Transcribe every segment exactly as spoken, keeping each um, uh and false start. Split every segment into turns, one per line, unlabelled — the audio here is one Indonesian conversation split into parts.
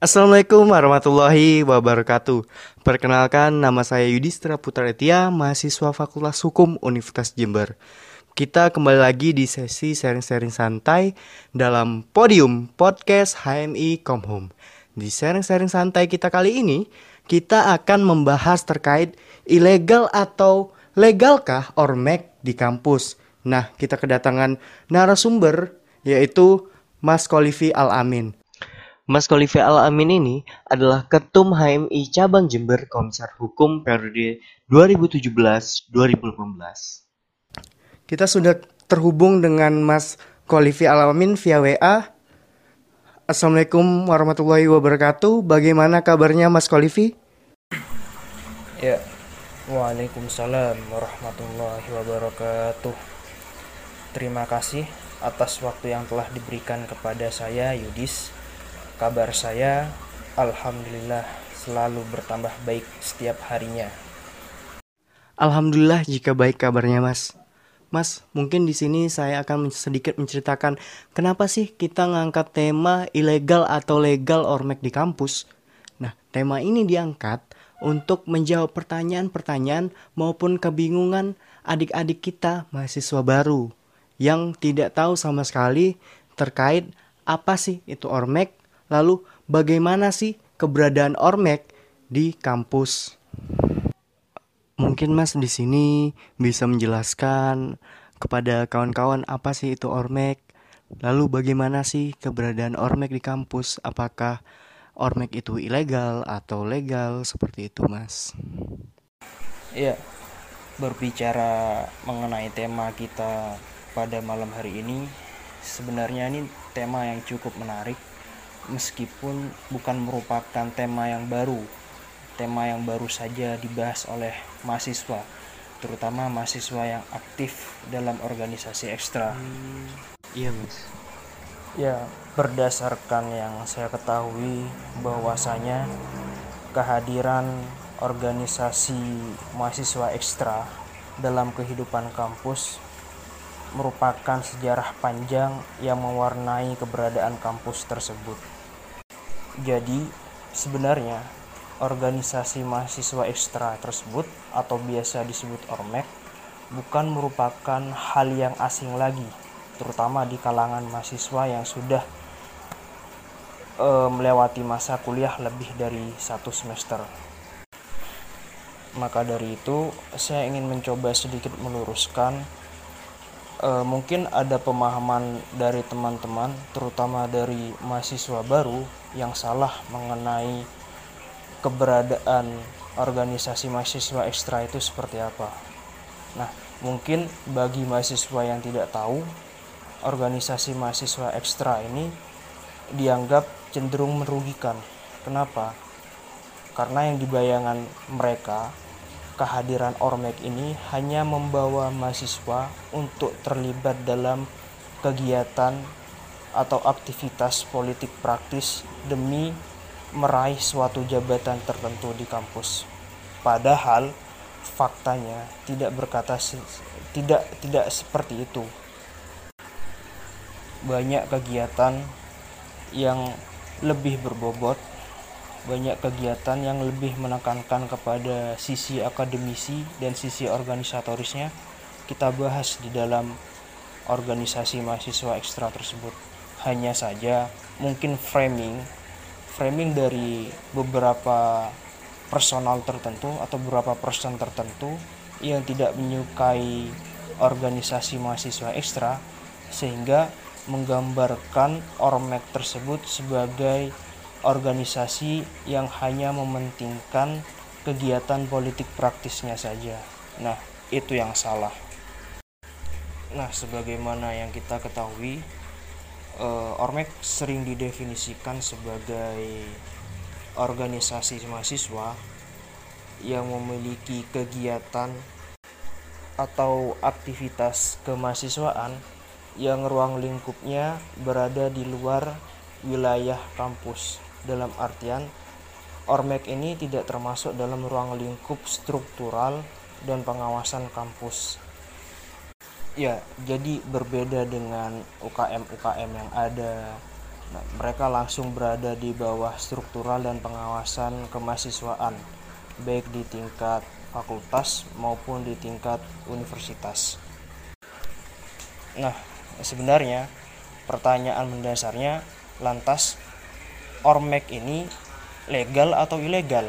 Assalamualaikum warahmatullahi wabarakatuh. Perkenalkan, nama saya Yudhistira Putra Etia, mahasiswa Fakultas Hukum Universitas Jember. Kita kembali lagi di sesi sharing-sharing santai dalam Podium Podcast H M I Komhum. Di sharing-sharing santai kita kali ini, kita akan membahas terkait ilegal atau legalkah ormek di kampus. Nah, kita kedatangan narasumber yaitu Mas Kholifi Al-Amin. Mas Kholifi Al-Amin ini adalah Ketum H M I Cabang Jember Komisar Hukum periode dua ribu tujuh belas dua ribu delapan belas. Kita sudah terhubung dengan Mas Kholifi Al-Amin via W A. Assalamualaikum warahmatullahi wabarakatuh. Bagaimana kabarnya Mas Kholifi?
Ya, Waalaikumsalam warahmatullahi wabarakatuh. Terima kasih atas waktu yang telah diberikan kepada saya, Yudis. Kabar saya, alhamdulillah, selalu bertambah baik setiap harinya.
Alhamdulillah jika baik kabarnya, Mas. Mas, mungkin di sini saya akan sedikit menceritakan kenapa sih kita ngangkat tema ilegal atau legal ormek di kampus. Nah, tema ini diangkat untuk menjawab pertanyaan-pertanyaan maupun kebingungan adik-adik kita mahasiswa baru yang tidak tahu sama sekali terkait apa sih itu ormek. Lalu bagaimana sih keberadaan ormek di kampus? Mungkin Mas di sini bisa menjelaskan kepada kawan-kawan apa sih itu ormek? Lalu bagaimana sih keberadaan ormek di kampus? Apakah ormek itu ilegal atau legal seperti itu, Mas?
Ya, berbicara mengenai tema kita pada malam hari ini, sebenarnya ini tema yang cukup menarik. Meskipun bukan merupakan tema yang baru, tema yang baru saja dibahas oleh mahasiswa, terutama mahasiswa yang aktif dalam organisasi ekstra.
Hmm, iya, Mas.
Ya, berdasarkan yang saya ketahui bahwasanya kehadiran organisasi mahasiswa ekstra dalam kehidupan kampus merupakan sejarah panjang yang mewarnai keberadaan kampus tersebut. Jadi, sebenarnya organisasi mahasiswa ekstra tersebut atau biasa disebut ormek bukan merupakan hal yang asing lagi, terutama di kalangan mahasiswa yang sudah e, melewati masa kuliah lebih dari satu semester. Maka dari itu, saya ingin mencoba sedikit meluruskan E, mungkin ada pemahaman dari teman-teman, terutama dari mahasiswa baru, yang salah mengenai keberadaan organisasi mahasiswa ekstra itu seperti apa. Nah, mungkin bagi mahasiswa yang tidak tahu, organisasi mahasiswa ekstra ini dianggap cenderung merugikan. Kenapa? Karena yang dibayangan mereka, kehadiran ormek ini hanya membawa mahasiswa untuk terlibat dalam kegiatan atau aktivitas politik praktis demi meraih suatu jabatan tertentu di kampus. Padahal faktanya tidak berkata tidak tidak seperti itu. Banyak kegiatan yang lebih berbobot, banyak kegiatan yang lebih menekankan kepada sisi akademisi dan sisi organisatorisnya kita bahas di dalam organisasi mahasiswa ekstra tersebut. Hanya saja mungkin framing framing dari beberapa personal tertentu atau beberapa person tertentu yang tidak menyukai organisasi mahasiswa ekstra sehingga menggambarkan ormek tersebut sebagai organisasi yang hanya mementingkan kegiatan politik praktisnya saja. Nah, itu yang salah. Nah, sebagaimana yang kita ketahui, eh, ormek sering didefinisikan sebagai organisasi mahasiswa yang memiliki kegiatan atau aktivitas kemahasiswaan yang ruang lingkupnya berada di luar wilayah kampus. Dalam artian, ormek ini tidak termasuk dalam ruang lingkup struktural dan pengawasan kampus. Ya, jadi berbeda dengan U K M-U K M yang ada Nah, mereka langsung berada di bawah struktural dan pengawasan kemahasiswaan, baik di tingkat fakultas maupun di tingkat universitas. Nah, sebenarnya pertanyaan mendasarnya, lantas Ormek ini legal atau ilegal?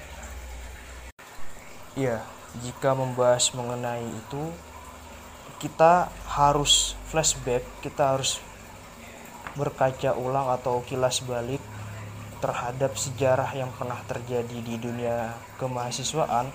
Ya, jika membahas mengenai itu, kita harus flashback, kita harus berkaca ulang atau kilas balik terhadap sejarah yang pernah terjadi di dunia kemahasiswaan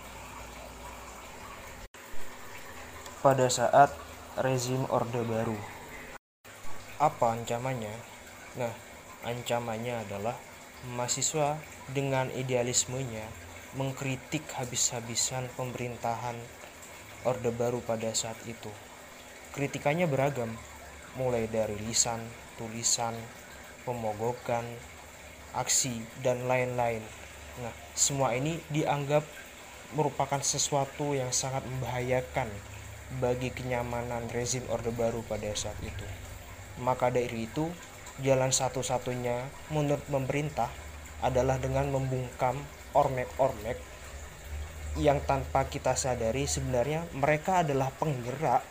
pada saat rezim Orde Baru. Apa ancamannya? Nah, ancamannya adalah mahasiswa dengan idealismenya mengkritik habis-habisan pemerintahan Orde Baru pada saat itu. Kritikannya beragam, mulai dari lisan, tulisan, pemogokan, aksi, dan lain-lain. Nah, semua ini dianggap merupakan sesuatu yang sangat membahayakan bagi kenyamanan rezim Orde Baru pada saat itu. Maka dari itu, jalan satu-satunya menurut pemerintah adalah dengan membungkam ormek-ormek yang tanpa kita sadari sebenarnya mereka adalah penggerak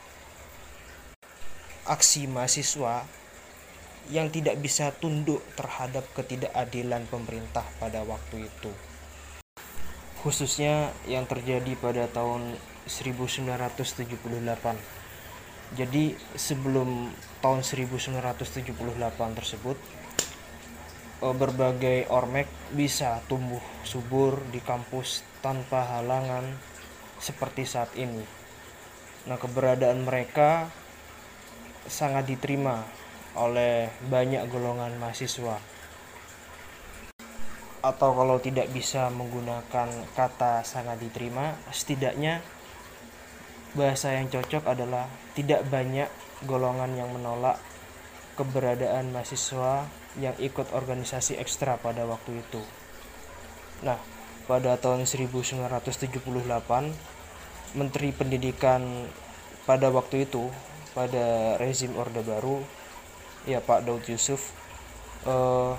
aksi mahasiswa yang tidak bisa tunduk terhadap ketidakadilan pemerintah pada waktu itu. Khususnya yang terjadi pada tahun seribu sembilan ratus tujuh puluh delapan. Jadi sebelum tahun seribu sembilan ratus tujuh puluh delapan tersebut, berbagai ormek bisa tumbuh subur di kampus tanpa halangan seperti saat ini. Nah, keberadaan mereka sangat diterima oleh banyak golongan mahasiswa. Atau kalau tidak bisa menggunakan kata sangat diterima, setidaknya bahasa yang cocok adalah tidak banyak golongan yang menolak keberadaan mahasiswa yang ikut organisasi ekstra pada waktu itu. Nah, pada tahun seribu sembilan ratus tujuh puluh delapan, Menteri Pendidikan pada waktu itu, pada rezim Orde Baru, ya Pak Daud Yusuf, eh,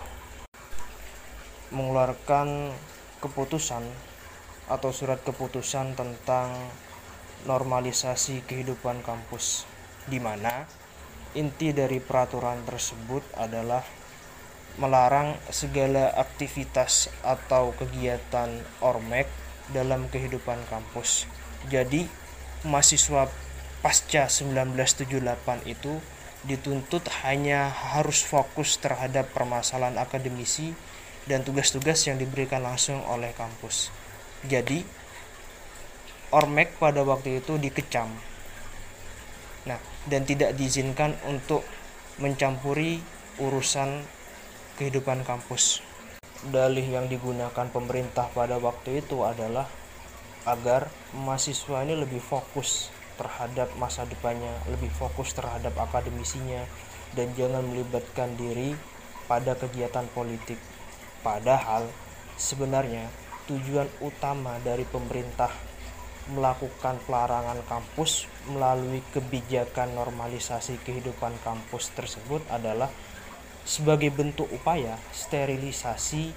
mengeluarkan keputusan atau surat keputusan tentang normalisasi kehidupan kampus, di mana inti dari peraturan tersebut adalah melarang segala aktivitas atau kegiatan ormek dalam kehidupan kampus. Jadi mahasiswa pasca seribu sembilan ratus tujuh puluh delapan itu dituntut hanya harus fokus terhadap permasalahan akademisi dan tugas-tugas yang diberikan langsung oleh kampus. Jadi ormek pada waktu itu dikecam. Nah, dan tidak diizinkan untuk mencampuri urusan kehidupan kampus. Dalih yang digunakan pemerintah pada waktu itu adalah agar mahasiswa ini lebih fokus terhadap masa depannya, lebih fokus terhadap akademisinya, dan jangan melibatkan diri pada kegiatan politik. Padahal sebenarnya tujuan utama dari pemerintah melakukan pelarangan kampus melalui kebijakan normalisasi kehidupan kampus tersebut adalah sebagai bentuk upaya sterilisasi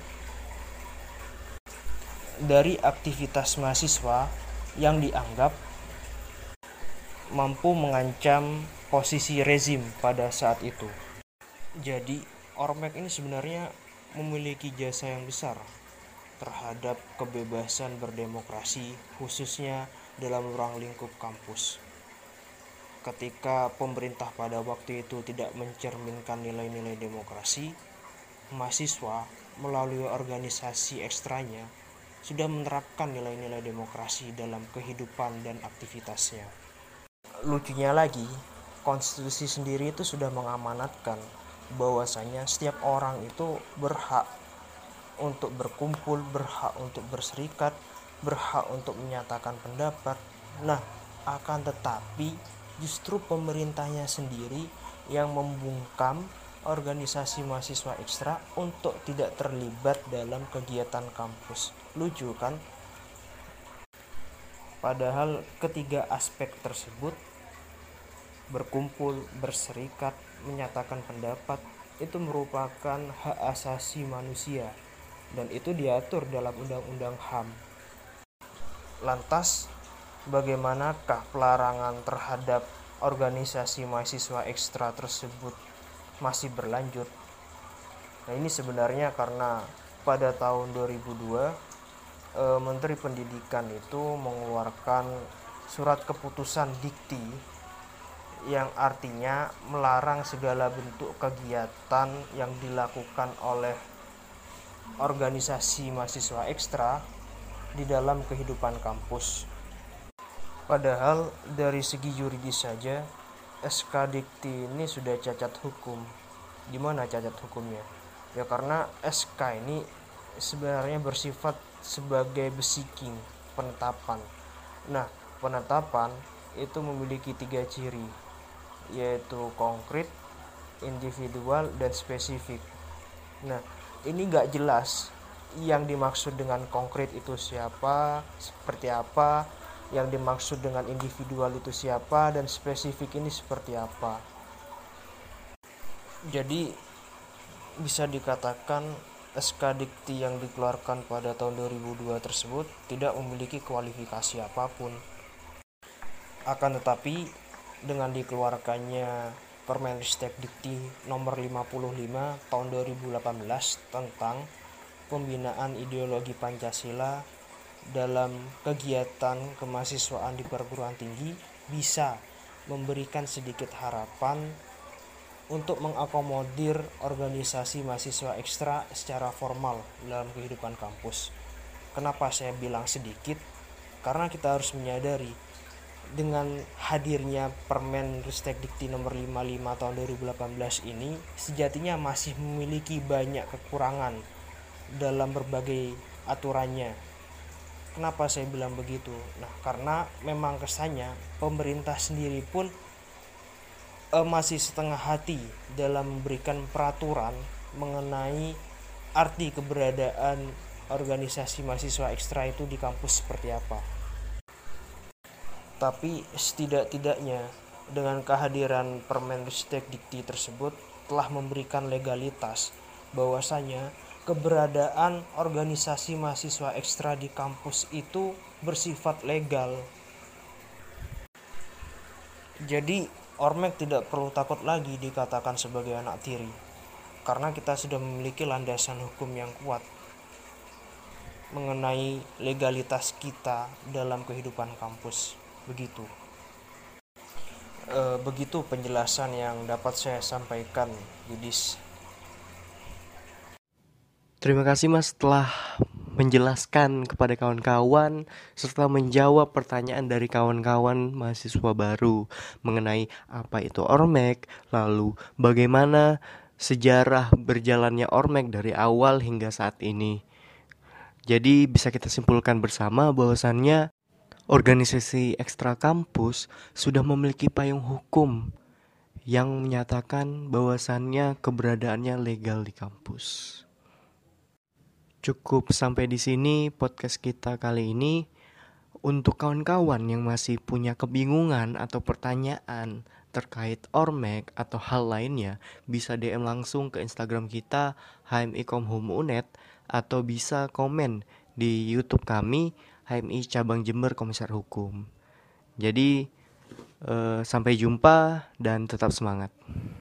dari aktivitas mahasiswa yang dianggap mampu mengancam posisi rezim pada saat itu. Jadi, ormek ini sebenarnya memiliki jasa yang besar terhadap kebebasan berdemokrasi, khususnya dalam ruang lingkup kampus. Ketika pemerintah pada waktu itu tidak mencerminkan nilai-nilai demokrasi, mahasiswa melalui organisasi ekstranya sudah menerapkan nilai-nilai demokrasi dalam kehidupan dan aktivitasnya. Lucunya lagi, konstitusi sendiri itu sudah mengamanatkan bahwasanya setiap orang itu berhak untuk berkumpul, berhak untuk berserikat, berhak untuk menyatakan pendapat. Nah, akan tetapi justru pemerintahnya sendiri yang membungkam organisasi mahasiswa ekstra untuk tidak terlibat dalam kegiatan kampus. Lucu kan? Padahal ketiga aspek tersebut, berkumpul, berserikat, menyatakan pendapat, itu merupakan hak asasi manusia dan itu diatur dalam Undang-Undang H A M. Lantas, bagaimanakah pelarangan terhadap organisasi mahasiswa ekstra tersebut masih berlanjut? Nah, ini sebenarnya karena pada tahun dua ribu dua eh, Menteri Pendidikan itu mengeluarkan surat keputusan dikti yang artinya melarang segala bentuk kegiatan yang dilakukan oleh organisasi mahasiswa ekstra di dalam kehidupan kampus. Padahal dari segi yuridis saja S K Dikti ini sudah cacat hukum. Di mana cacat hukumnya? Ya karena S K ini sebenarnya bersifat sebagai besiking, penetapan. Nah, penetapan itu memiliki tiga ciri, yaitu konkret, individual, dan spesifik. Nah, ini nggak jelas yang dimaksud dengan konkret itu siapa, seperti apa, yang dimaksud dengan individual itu siapa, dan spesifik ini seperti apa. Jadi bisa dikatakan S K Dikti yang dikeluarkan pada tahun dua ribu dua tersebut tidak memiliki kualifikasi apapun. Akan tetapi dengan dikeluarkannya Permenristek Dikti nomor lima puluh lima tahun dua ribu delapan belas tentang pembinaan ideologi Pancasila dalam kegiatan kemahasiswaan di perguruan tinggi bisa memberikan sedikit harapan untuk mengakomodir organisasi mahasiswa ekstra secara formal dalam kehidupan kampus. Kenapa saya bilang sedikit? Karena kita harus menyadari dengan hadirnya Permen Ristek Dikti nomor lima puluh lima tahun dua ribu delapan belas ini sejatinya masih memiliki banyak kekurangan dalam berbagai aturannya. Kenapa saya bilang begitu? Nah, karena memang kesannya pemerintah sendiri pun eh, masih setengah hati dalam memberikan peraturan mengenai arti keberadaan organisasi mahasiswa ekstra itu di kampus seperti apa. Tapi setidak-tidaknya dengan kehadiran Permenristek Dikti tersebut telah memberikan legalitas bahwasanya keberadaan organisasi mahasiswa ekstra di kampus itu bersifat legal. Jadi Ormek tidak perlu takut lagi dikatakan sebagai anak tiri, karena kita sudah memiliki landasan hukum yang kuat mengenai legalitas kita dalam kehidupan kampus. Begitu. E, begitu penjelasan yang dapat saya sampaikan, Yudis.
Terima kasih Mas telah menjelaskan kepada kawan-kawan serta menjawab pertanyaan dari kawan-kawan mahasiswa baru mengenai apa itu Ormek, lalu bagaimana sejarah berjalannya Ormek dari awal hingga saat ini. Jadi bisa kita simpulkan bersama bahwasannya organisasi ekstra kampus sudah memiliki payung hukum yang menyatakan bahwasannya keberadaannya legal di kampus. Cukup sampai di sini podcast kita kali ini. Untuk kawan-kawan yang masih punya kebingungan atau pertanyaan terkait Ormek atau hal lainnya, bisa D M langsung ke Instagram kita H M I Komhum U N E D atau bisa komen di YouTube kami H M I Cabang Jember Komisar Hukum. Jadi eh, sampai jumpa dan tetap semangat.